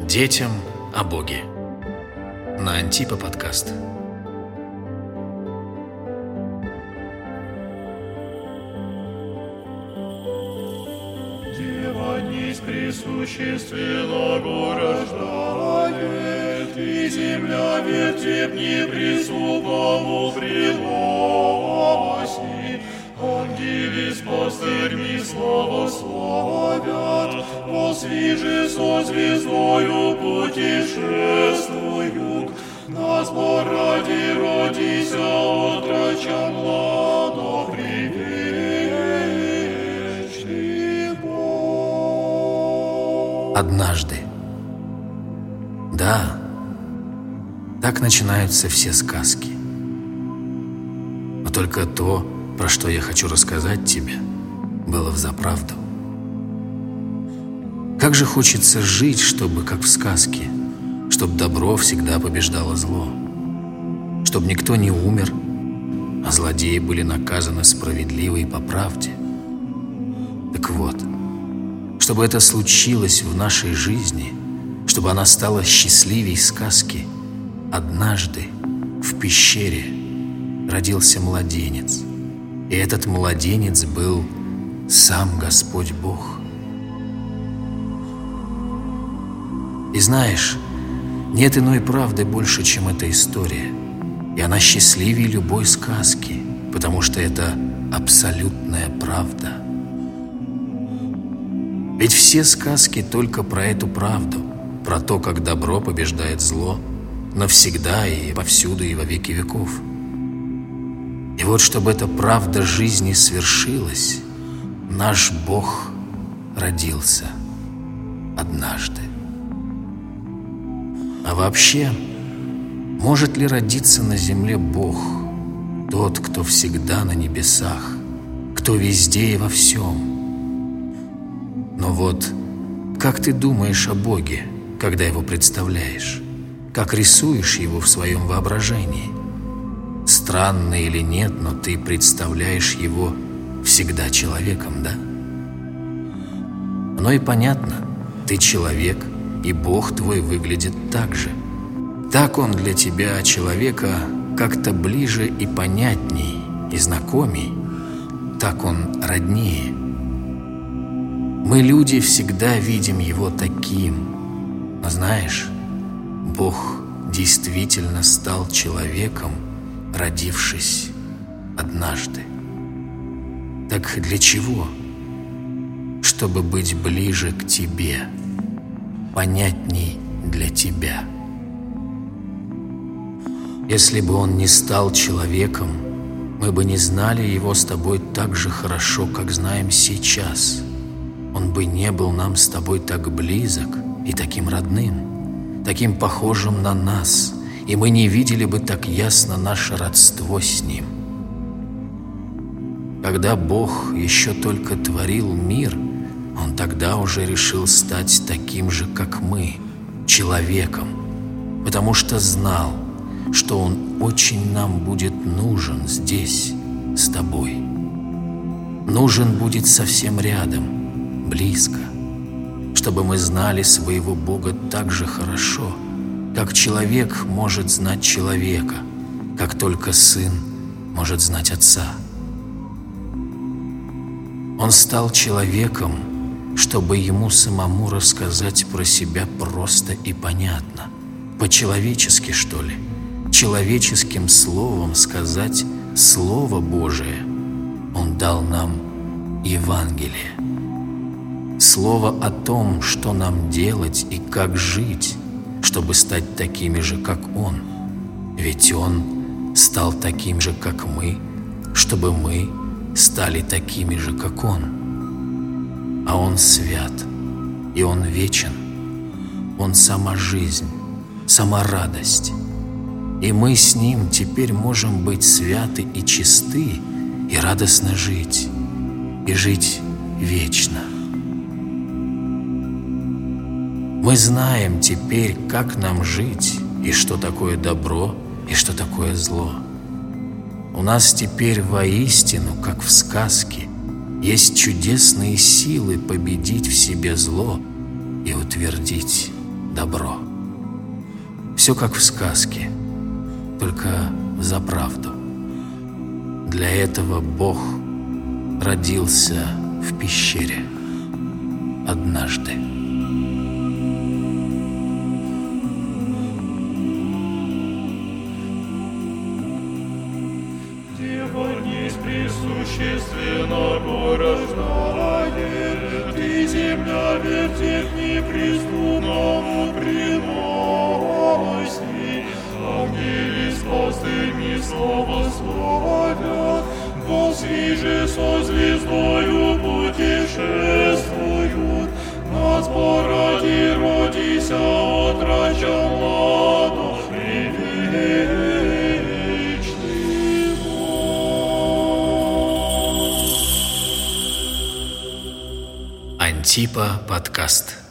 Детям о Боге на Антипа подкаст. Дева несть присущественно рождает, и земля вертеп неприступному приносит. Ангели с пастырьми славословят, посвиже со звездою путешествуют. Нас поради родися отроча млада, привечный Бог. Однажды. Да, так начинаются все сказки. Но только то, про что я хочу рассказать тебе, было взаправду. Как же хочется жить, чтобы, как в сказке, чтобы добро всегда побеждало зло, чтобы никто не умер, а злодеи были наказаны справедливо и по правде. Так вот, чтобы это случилось в нашей жизни, чтобы она стала счастливей сказки, однажды в пещере родился младенец. И этот младенец был сам Господь Бог. И знаешь, нет иной правды больше, чем эта история. И она счастливее любой сказки, потому что это абсолютная правда. Ведь все сказки только про эту правду, про то, как добро побеждает зло, навсегда и повсюду и во веки веков. И вот, чтобы эта правда жизни свершилась, наш Бог родился однажды. А вообще, может ли родиться на земле Бог, тот, кто всегда на небесах, кто везде и во всем? Но вот, как ты думаешь о Боге, когда его представляешь? Как рисуешь его в своем воображении? Странно или нет, но ты представляешь его всегда человеком, да? Оно и понятно, ты человек, и Бог твой выглядит так же. Так он для тебя, человека, как-то ближе и понятней, и знакомей. Так он роднее. Мы, люди, всегда видим его таким. Но знаешь, Бог действительно стал человеком, родившись однажды. Так для чего? Чтобы быть ближе к тебе, понятней для тебя. Если бы он не стал человеком, мы бы не знали его с тобой так же хорошо, как знаем сейчас. Он бы не был нам с тобой так близок и таким родным, таким похожим на нас, и мы не видели бы так ясно наше родство с Ним. Когда Бог еще только творил мир, Он тогда уже решил стать таким же, как мы, человеком, потому что знал, что Он очень нам будет нужен здесь, с тобой. Нужен будет совсем рядом, близко, чтобы мы знали своего Бога так же хорошо, как человек может знать человека, как только сын может знать отца. Он стал человеком, чтобы ему самому рассказать про себя просто и понятно, по-человечески, что ли, человеческим словом сказать Слово Божие. Он дал нам Евангелие, слово о том, что нам делать и как жить, чтобы стать такими же, как Он. Ведь Он стал таким же, как мы, чтобы мы стали такими же, как Он. А Он свят, и Он вечен. Он сама жизнь, сама радость. И мы с Ним теперь можем быть святы и чисты, и радостно жить, и жить вечно. Мы знаем теперь, как нам жить, и что такое добро, и что такое зло. У нас теперь воистину, как в сказке, есть чудесные силы победить в себе зло и утвердить добро. Все как в сказке, только за правду. Для этого Бог родился в пещере однажды. Присущественного рождания, ты, земля, вертеп неприступному приноси, ангели с пастырьми слава славят, возвиже со звездою путешествуют, нас поради родися отрача младо, Антипа подкаст.